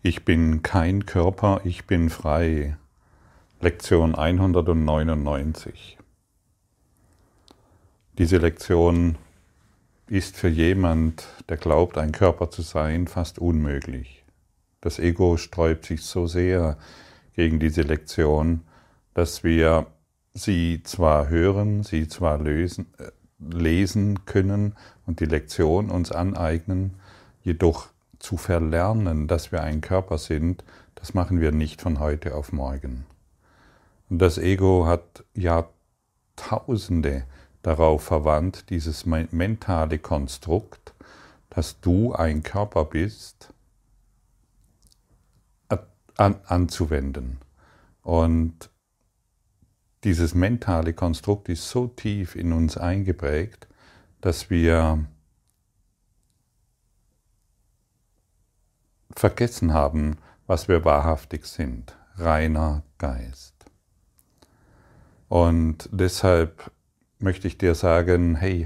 Ich bin kein Körper, ich bin frei. Lektion 199. Diese Lektion ist für jemand, der glaubt, ein Körper zu sein, fast unmöglich. Das Ego sträubt sich so sehr gegen diese Lektion, dass wir sie zwar hören, sie zwar lesen können und die Lektion uns aneignen, jedoch zu verlernen, dass wir ein Körper sind, das machen wir nicht von heute auf morgen. Und das Ego hat Jahrtausende darauf verwandt, dieses mentale Konstrukt, dass du ein Körper bist, anzuwenden. Und dieses mentale Konstrukt ist so tief in uns eingeprägt, dass wir vergessen haben, was wir wahrhaftig sind, reiner Geist. Und deshalb möchte ich dir sagen, hey,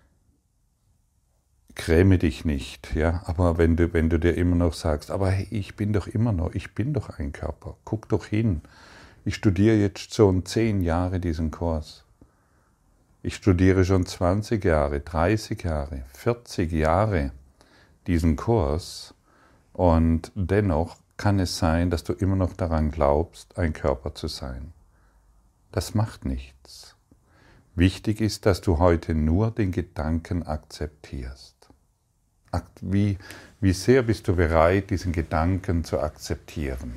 gräme dich nicht, ja, aber wenn du dir immer noch sagst, aber hey, ich bin doch ein Körper, guck doch hin. Ich studiere jetzt schon 10 Jahre diesen Kurs. Ich studiere schon 20 Jahre, 30 Jahre, 40 Jahre diesen Kurs. Und dennoch kann es sein, dass du immer noch daran glaubst, ein Körper zu sein. Das macht nichts. Wichtig ist, dass du heute nur den Gedanken akzeptierst. Wie sehr bist du bereit, diesen Gedanken zu akzeptieren?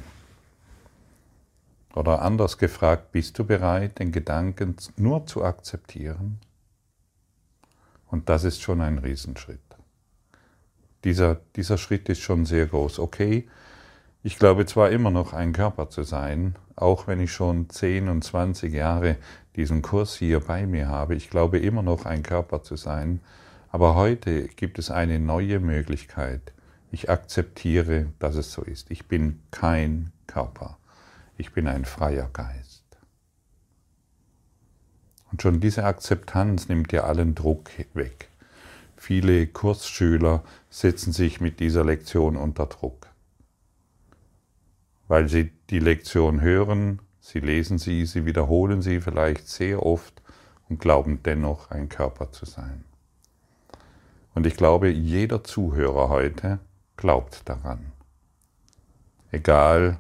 Oder anders gefragt, bist du bereit, den Gedanken nur zu akzeptieren? Und das ist schon ein Riesenschritt. Dieser Schritt ist schon sehr groß. Okay, ich glaube zwar immer noch ein Körper zu sein, auch wenn ich schon 10 und 20 Jahre diesen Kurs hier bei mir habe, ich glaube immer noch ein Körper zu sein, aber heute gibt es eine neue Möglichkeit. Ich akzeptiere, dass es so ist. Ich bin kein Körper. Ich bin ein freier Geist. Und schon diese Akzeptanz nimmt dir allen Druck weg. Viele Kursschüler setzen sich mit dieser Lektion unter Druck, weil sie die Lektion hören, sie lesen sie, sie wiederholen sie vielleicht sehr oft und glauben dennoch ein Körper zu sein. Und ich glaube, jeder Zuhörer heute glaubt daran. Egal,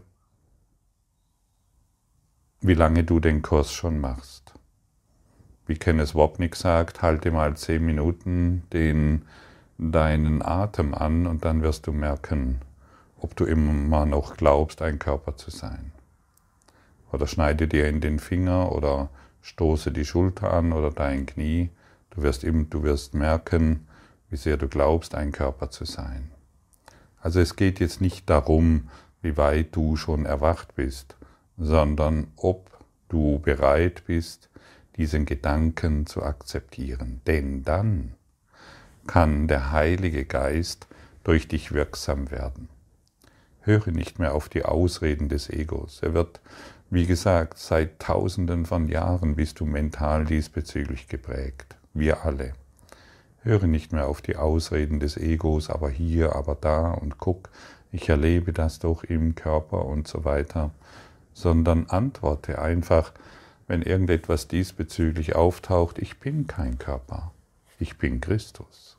wie lange du den Kurs schon machst. Wie Kenneth Wapnick sagt, halte mal 10 Minuten deinen Atem an und dann wirst du merken, ob du immer noch glaubst, ein Körper zu sein. Oder schneide dir in den Finger oder stoße die Schulter an oder dein Knie. Du wirst merken, wie sehr du glaubst, ein Körper zu sein. Also es geht jetzt nicht darum, wie weit du schon erwacht bist, sondern ob du bereit bist, diesen Gedanken zu akzeptieren. Denn dann kann der Heilige Geist durch dich wirksam werden. Höre nicht mehr auf die Ausreden des Egos. Er wird, wie gesagt, seit Tausenden von Jahren bist du mental diesbezüglich geprägt. Wir alle. Höre nicht mehr auf die Ausreden des Egos, aber hier, aber da und guck, ich erlebe das doch im Körper und so weiter, sondern antworte einfach, wenn irgendetwas diesbezüglich auftaucht, ich bin kein Körper, ich bin Christus.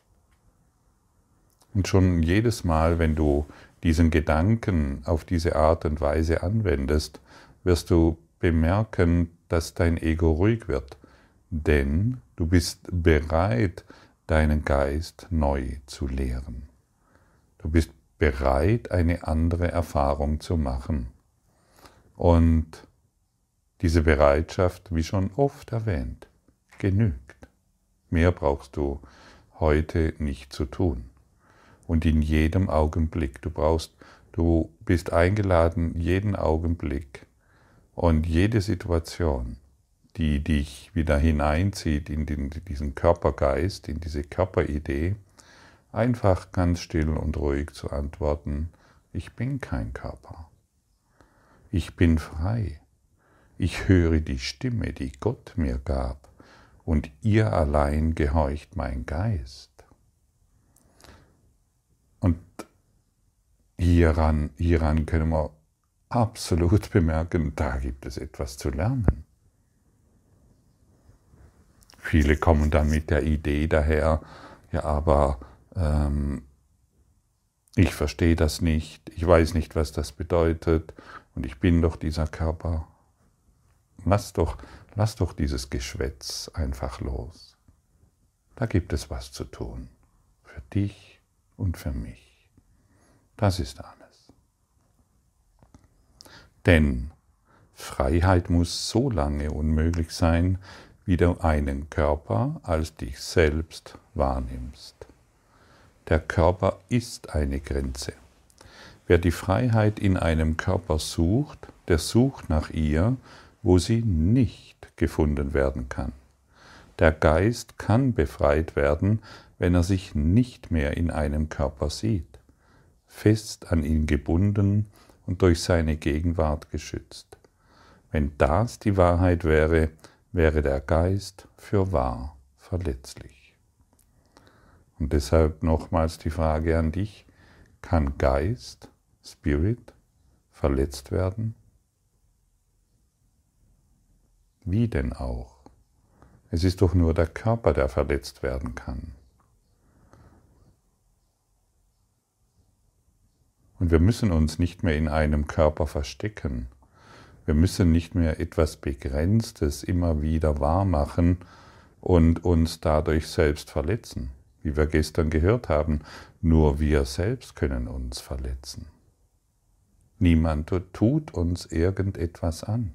Und schon jedes Mal, wenn du diesen Gedanken auf diese Art und Weise anwendest, wirst du bemerken, dass dein Ego ruhig wird, denn du bist bereit, deinen Geist neu zu lehren. Du bist bereit, eine andere Erfahrung zu machen. Und diese Bereitschaft, wie schon oft erwähnt, genügt. Mehr brauchst du heute nicht zu tun. Und in jedem Augenblick, du bist eingeladen, jeden Augenblick und jede Situation, die dich wieder hineinzieht in diesen Körpergeist, in diese Körperidee, einfach ganz still und ruhig zu antworten, ich bin kein Körper. Ich bin frei. Ich höre die Stimme, die Gott mir gab, und ihr allein gehorcht mein Geist. Und hieran können wir absolut bemerken, da gibt es etwas zu lernen. Viele kommen dann mit der Idee daher, ja, aber ich verstehe das nicht, ich weiß nicht, was das bedeutet und ich bin doch dieser Körper. Lass doch dieses Geschwätz einfach los. Da gibt es was zu tun. Für dich und für mich. Das ist alles. Denn Freiheit muss so lange unmöglich sein, wie du einen Körper als dich selbst wahrnimmst. Der Körper ist eine Grenze. Wer die Freiheit in einem Körper sucht, der sucht nach ihr, wo sie nicht gefunden werden kann. Der Geist kann befreit werden, wenn er sich nicht mehr in einem Körper sieht, fest an ihn gebunden und durch seine Gegenwart geschützt. Wenn das die Wahrheit wäre, wäre der Geist fürwahr verletzlich. Und deshalb nochmals die Frage an dich, kann Geist, Spirit, verletzt werden? Wie denn auch? Es ist doch nur der Körper, der verletzt werden kann. Und wir müssen uns nicht mehr in einem Körper verstecken. Wir müssen nicht mehr etwas Begrenztes immer wieder wahrmachen und uns dadurch selbst verletzen. Wie wir gestern gehört haben, nur wir selbst können uns verletzen. Niemand tut uns irgendetwas an.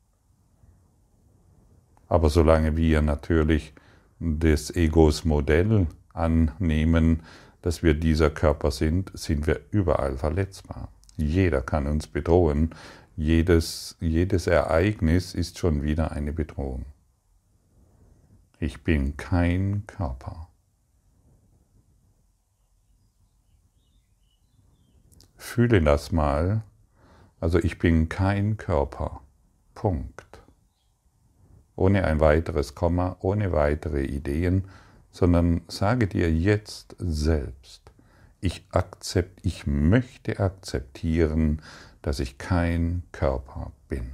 Aber solange wir natürlich des Egos Modell annehmen, dass wir dieser Körper sind, sind wir überall verletzbar. Jeder kann uns bedrohen. Jedes Ereignis ist schon wieder eine Bedrohung. Ich bin kein Körper. Fühle das mal. Also ich bin kein Körper. Punkt. Ohne ein weiteres Komma, ohne weitere Ideen, sondern sage dir jetzt selbst, ich möchte akzeptieren, dass ich kein Körper bin.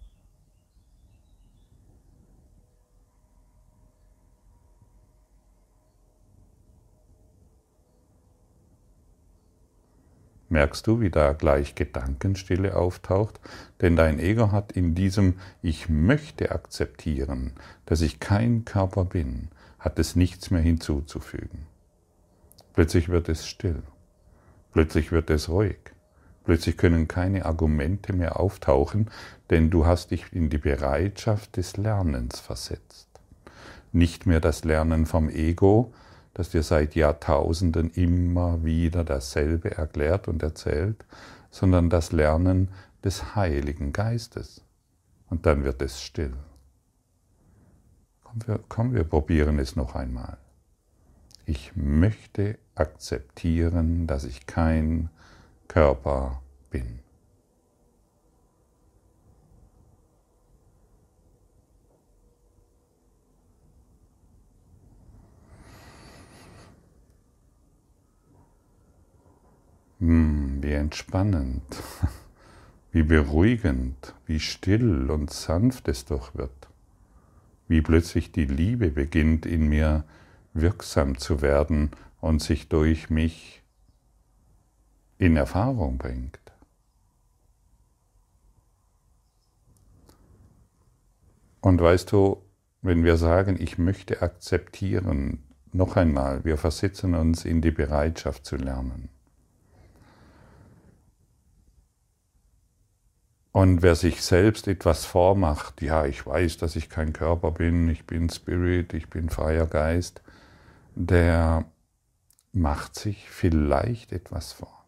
Merkst du, wie da gleich Gedankenstille auftaucht? Denn dein Ego hat in diesem Ich möchte akzeptieren, dass ich kein Körper bin, hat es nichts mehr hinzuzufügen. Plötzlich wird es still, plötzlich wird es ruhig, plötzlich können keine Argumente mehr auftauchen, denn du hast dich in die Bereitschaft des Lernens versetzt. Nicht mehr das Lernen vom Ego, das dir seit Jahrtausenden immer wieder dasselbe erklärt und erzählt, sondern das Lernen des Heiligen Geistes. Und dann wird es still. Komm, wir probieren es noch einmal. Ich möchte akzeptieren, dass ich kein Körper bin. Wie entspannend, wie beruhigend, wie still und sanft es doch wird, wie plötzlich die Liebe beginnt in mir wirksam zu werden und sich durch mich in Erfahrung bringt. Und weißt du, wenn wir sagen, ich möchte akzeptieren, noch einmal, wir versetzen uns in die Bereitschaft zu lernen. Und wer sich selbst etwas vormacht, ja, ich weiß, dass ich kein Körper bin, ich bin Spirit, ich bin freier Geist, der macht sich vielleicht etwas vor.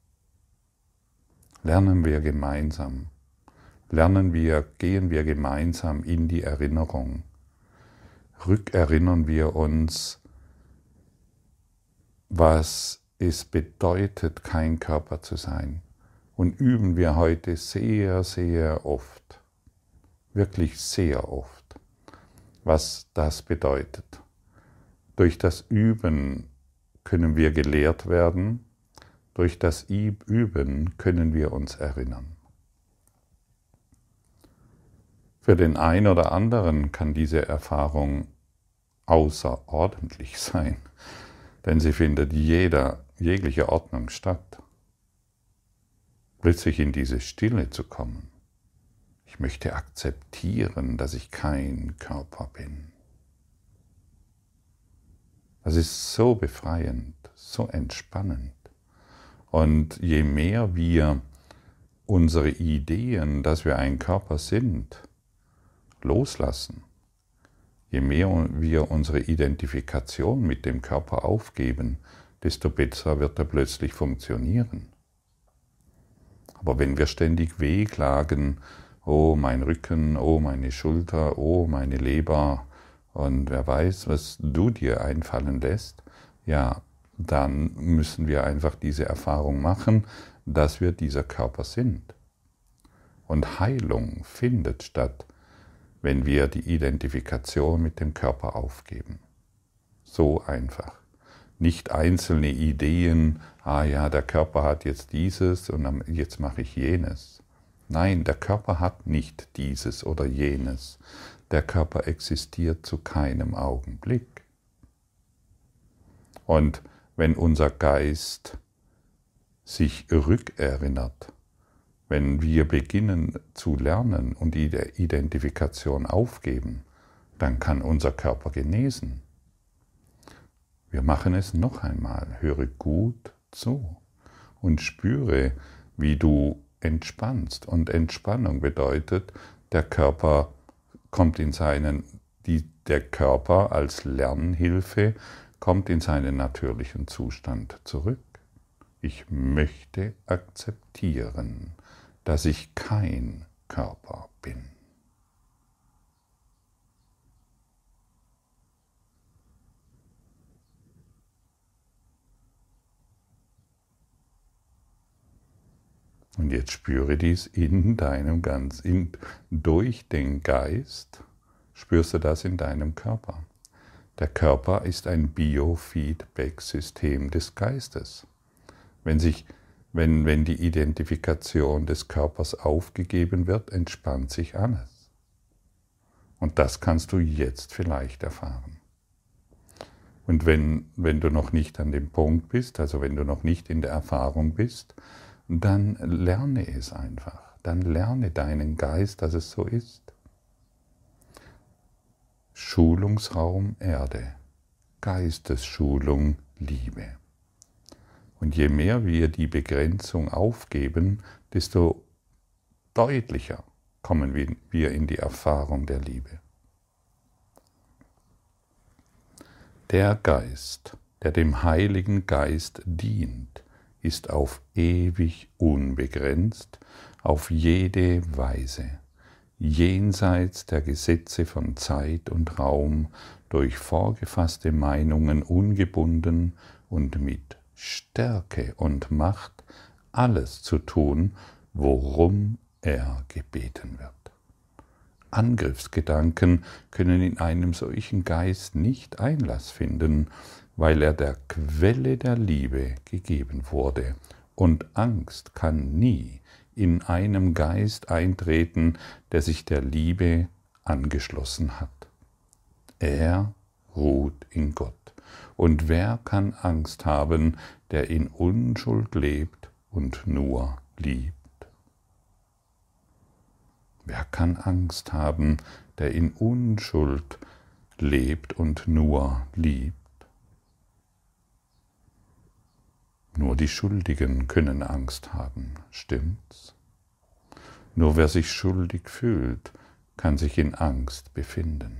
Lernen wir gemeinsam. Gehen wir gemeinsam in die Erinnerung. Rückerinnern wir uns, was es bedeutet, kein Körper zu sein. Und üben wir heute sehr, sehr oft, wirklich sehr oft, was das bedeutet. Durch das Üben können wir gelehrt werden, Durch das Üben können wir uns erinnern. Für den einen oder anderen kann diese Erfahrung außerordentlich sein, denn sie findet jegliche Ordnung statt. Plötzlich in diese Stille zu kommen. Ich möchte akzeptieren, dass ich kein Körper bin. Das ist so befreiend, so entspannend. Und je mehr wir unsere Ideen, dass wir ein Körper sind, loslassen, je mehr wir unsere Identifikation mit dem Körper aufgeben, desto besser wird er plötzlich funktionieren. Aber wenn wir ständig wehklagen, oh mein Rücken, oh meine Schulter, oh meine Leber und wer weiß, was du dir einfallen lässt, ja, dann müssen wir einfach diese Erfahrung machen, dass wir dieser Körper sind. Und Heilung findet statt, wenn wir die Identifikation mit dem Körper aufgeben. So einfach. Nicht einzelne Ideen, ja, der Körper hat jetzt dieses und jetzt mache ich jenes. Nein, der Körper hat nicht dieses oder jenes. Der Körper existiert zu keinem Augenblick. Und wenn unser Geist sich rückerinnert, wenn wir beginnen zu lernen und die Identifikation aufgeben, dann kann unser Körper genesen. Wir machen es noch einmal. Höre gut zu und spüre, wie du entspannst. Und Entspannung bedeutet, der Körper als Lernhilfe kommt in seinen natürlichen Zustand zurück. Ich möchte akzeptieren, dass ich kein Körper bin. Und jetzt spüre dies durch den Geist, spürst du das in deinem Körper. Der Körper ist ein Biofeedback-System des Geistes. Wenn die Identifikation des Körpers aufgegeben wird, entspannt sich alles. Und das kannst du jetzt vielleicht erfahren. Und wenn du noch nicht an dem Punkt bist, also wenn du noch nicht in der Erfahrung bist, dann lerne es einfach. Dann lerne deinen Geist, dass es so ist. Schulungsraum Erde, Geistesschulung Liebe. Und je mehr wir die Begrenzung aufgeben, desto deutlicher kommen wir in die Erfahrung der Liebe. Der Geist, der dem Heiligen Geist dient, ist auf ewig unbegrenzt, auf jede Weise, jenseits der Gesetze von Zeit und Raum, durch vorgefasste Meinungen ungebunden und mit Stärke und Macht alles zu tun, worum er gebeten wird. Angriffsgedanken können in einem solchen Geist nicht Einlass finden, weil er der Quelle der Liebe gegeben wurde, und Angst kann nie in einem Geist eintreten, der sich der Liebe angeschlossen hat. Er ruht in Gott. Und wer kann Angst haben, der in Unschuld lebt und nur liebt? Wer kann Angst haben, der in Unschuld lebt und nur liebt? Nur die Schuldigen können Angst haben, stimmt's? Nur wer sich schuldig fühlt, kann sich in Angst befinden.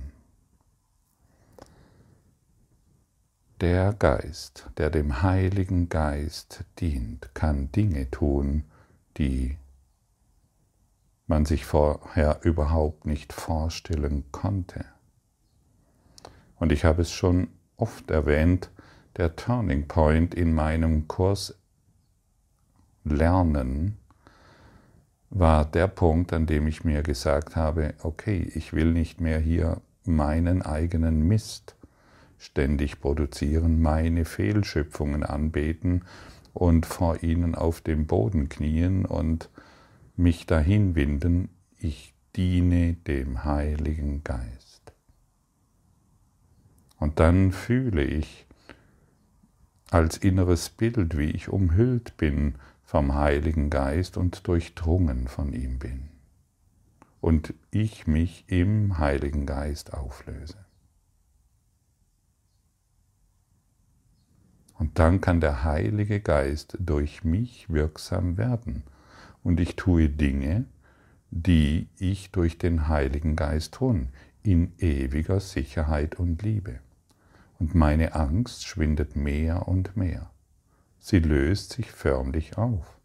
Der Geist, der dem Heiligen Geist dient, kann Dinge tun, die man sich vorher überhaupt nicht vorstellen konnte. Und ich habe es schon oft erwähnt, der Turning Point in meinem Kurs Lernen war der Punkt, an dem ich mir gesagt habe, okay, ich will nicht mehr hier meinen eigenen Mist ständig produzieren, meine Fehlschöpfungen anbeten und vor ihnen auf dem Boden knien und mich dahin winden, ich diene dem Heiligen Geist. Und dann fühle ich als inneres Bild, wie ich umhüllt bin vom Heiligen Geist und durchdrungen von ihm bin. Und ich mich im Heiligen Geist auflöse. Und dann kann der Heilige Geist durch mich wirksam werden. Und ich tue Dinge, die ich durch den Heiligen Geist tun, in ewiger Sicherheit und Liebe. Und meine Angst schwindet mehr und mehr. Sie löst sich förmlich auf.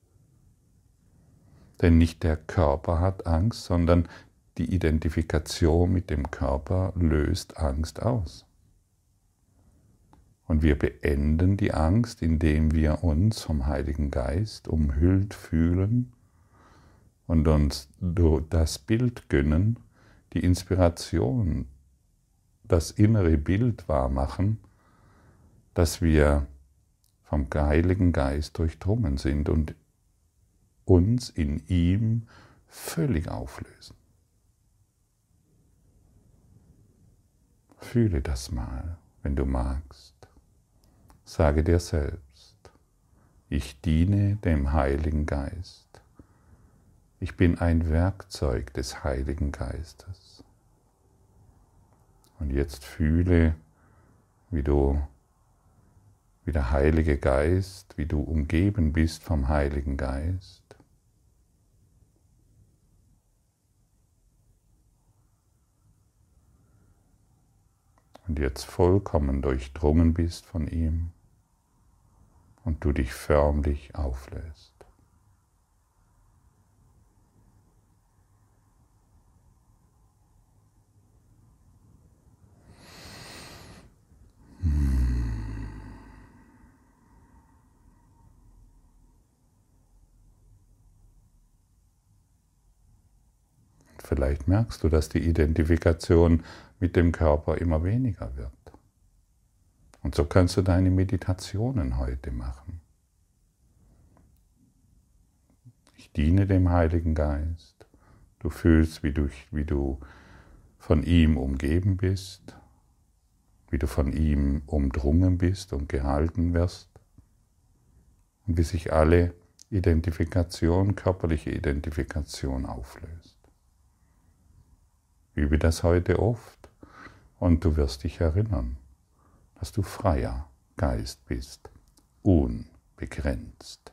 Denn nicht der Körper hat Angst, sondern die Identifikation mit dem Körper löst Angst aus. Und wir beenden die Angst, indem wir uns vom Heiligen Geist umhüllt fühlen und uns das Bild gönnen, die Inspiration, das innere Bild wahrmachen, dass wir vom Heiligen Geist durchdrungen sind und uns in ihm völlig auflösen. Fühle das mal, wenn du magst. Sage dir selbst, ich diene dem Heiligen Geist. Ich bin ein Werkzeug des Heiligen Geistes. Und jetzt fühle, wie der Heilige Geist, wie du umgeben bist vom Heiligen Geist. Und jetzt vollkommen durchdrungen bist von ihm und du dich förmlich auflöst. Vielleicht merkst du, dass die Identifikation mit dem Körper immer weniger wird. Und so kannst du deine Meditationen heute machen. Ich diene dem Heiligen Geist. Du fühlst, wie du von ihm umgeben bist, wie du von ihm umdrungen bist und gehalten wirst und wie sich alle Identifikation, körperliche Identifikation auflöst. Übe das heute oft und du wirst dich erinnern, dass du freier Geist bist, unbegrenzt.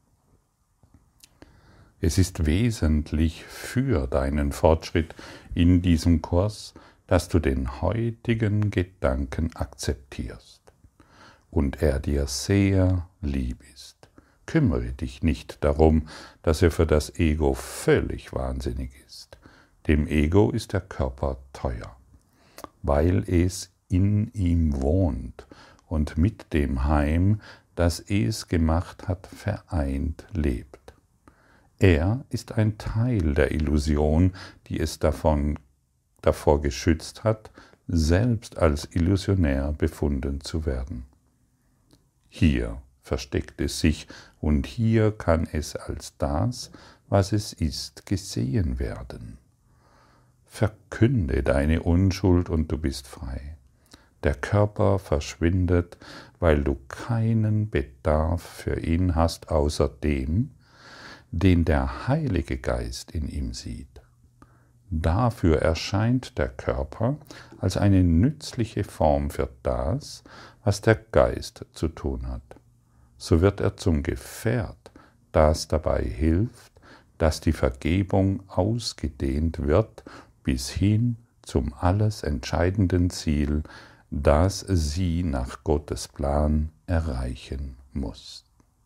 Es ist wesentlich für deinen Fortschritt in diesem Kurs, dass du den heutigen Gedanken akzeptierst und er dir sehr lieb ist. Kümmere dich nicht darum, dass er für das Ego völlig wahnsinnig ist. Dem Ego ist der Körper teuer, weil es in ihm wohnt und mit dem Heim, das es gemacht hat, vereint lebt. Er ist ein Teil der Illusion, die es davor geschützt hat, selbst als illusionär befunden zu werden. Hier versteckt es sich und hier kann es als das, was es ist, gesehen werden. Verkünde deine Unschuld und du bist frei. Der Körper verschwindet, weil du keinen Bedarf für ihn hast, außer dem, den der Heilige Geist in ihm sieht. Dafür erscheint der Körper als eine nützliche Form für das, was der Geist zu tun hat. So wird er zum Gefährt, das dabei hilft, dass die Vergebung ausgedehnt wird, bis hin zum alles entscheidenden Ziel, das sie nach Gottes Plan erreichen muss.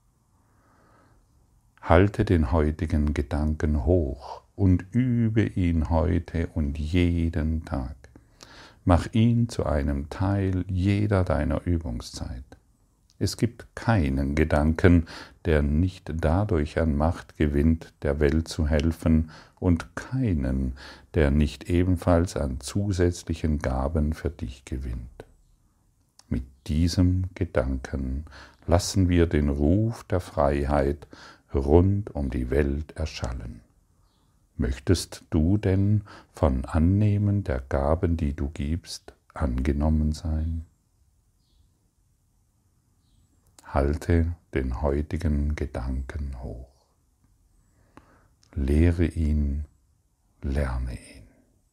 Halte den heutigen Gedanken hoch und übe ihn heute und jeden Tag. Mach ihn zu einem Teil jeder deiner Übungszeit. Es gibt keinen Gedanken, der nicht dadurch an Macht gewinnt, der Welt zu helfen, und keinen, der nicht ebenfalls an zusätzlichen Gaben für dich gewinnt. Mit diesem Gedanken lassen wir den Ruf der Freiheit rund um die Welt erschallen. Möchtest du denn von Annehmen der Gaben, die du gibst, angenommen sein? Halte den heutigen Gedanken hoch. Lehre ihn, lerne ihn.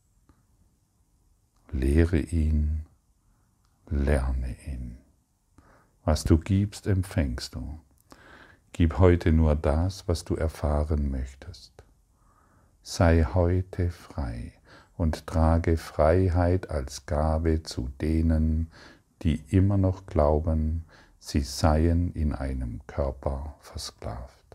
Lehre ihn, lerne ihn. Was du gibst, empfängst du. Gib heute nur das, was du erfahren möchtest. Sei heute frei und trage Freiheit als Gabe zu denen, die immer noch glauben, sie seien in einem Körper versklavt.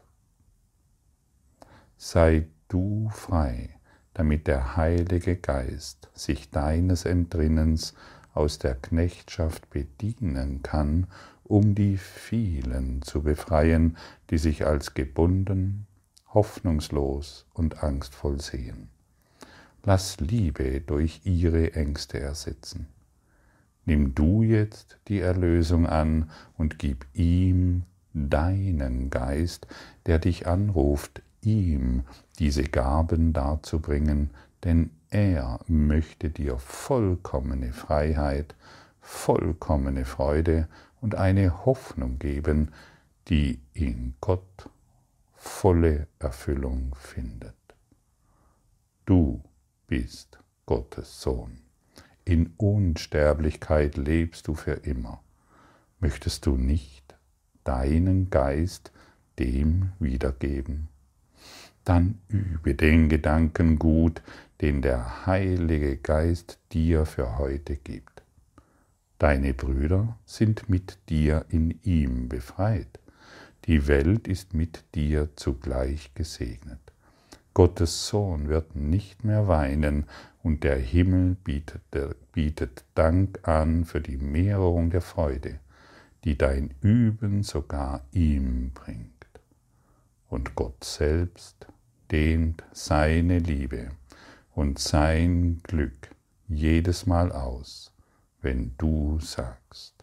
Sei du frei, damit der Heilige Geist sich deines Entrinnens aus der Knechtschaft bedienen kann, um die vielen zu befreien, die sich als gebunden, hoffnungslos und angstvoll sehen. Lass Liebe durch ihre Ängste ersetzen. Nimm du jetzt die Erlösung an und gib ihm deinen Geist, der dich anruft, ihm diese Gaben darzubringen, denn er möchte dir vollkommene Freiheit, vollkommene Freude und eine Hoffnung geben, die in Gott volle Erfüllung findet. Du bist Gottes Sohn. In Unsterblichkeit lebst du für immer. Möchtest du nicht deinen Geist dem wiedergeben? Dann übe den Gedanken gut, den der Heilige Geist dir für heute gibt. Deine Brüder sind mit dir in ihm befreit. Die Welt ist mit dir zugleich gesegnet. Gottes Sohn wird nicht mehr weinen und der Himmel bietet Dank an für die Mehrung der Freude, die dein Üben sogar ihm bringt. Und Gott selbst dehnt seine Liebe und sein Glück jedes Mal aus, wenn du sagst: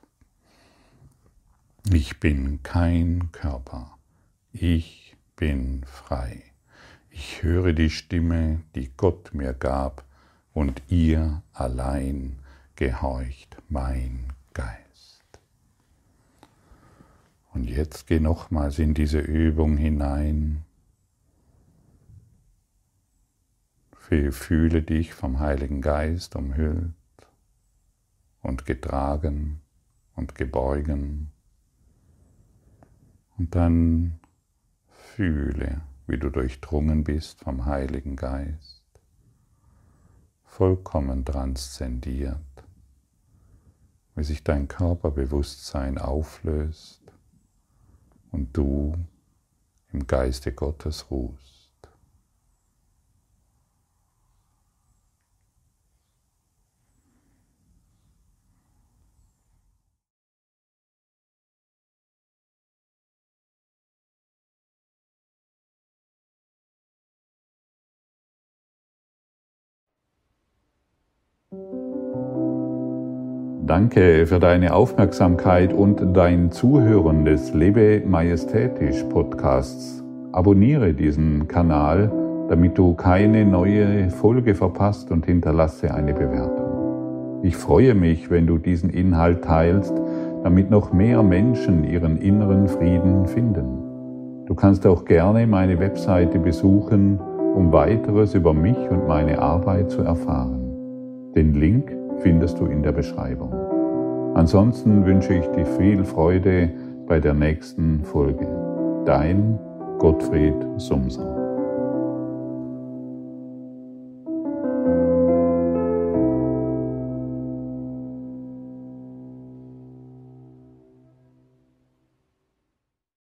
Ich bin kein Körper, ich bin frei. Ich höre die Stimme, die Gott mir gab, und ihr allein gehorcht mein Geist. Und jetzt geh nochmals in diese Übung hinein. Fühle dich vom Heiligen Geist umhüllt und getragen und geborgen. Und dann fühle, wie du durchdrungen bist vom Heiligen Geist, vollkommen transzendiert, wie sich dein Körperbewusstsein auflöst und du im Geiste Gottes ruhst. Danke für deine Aufmerksamkeit und dein Zuhören des Lebe Majestätisch Podcasts. Abonniere diesen Kanal, damit du keine neue Folge verpasst, und hinterlasse eine Bewertung. Ich freue mich, wenn du diesen Inhalt teilst, damit noch mehr Menschen ihren inneren Frieden finden. Du kannst auch gerne meine Webseite besuchen, um weiteres über mich und meine Arbeit zu erfahren. Den Link findest du in der Beschreibung. Ansonsten wünsche ich dir viel Freude bei der nächsten Folge. Dein Gottfried Sumser.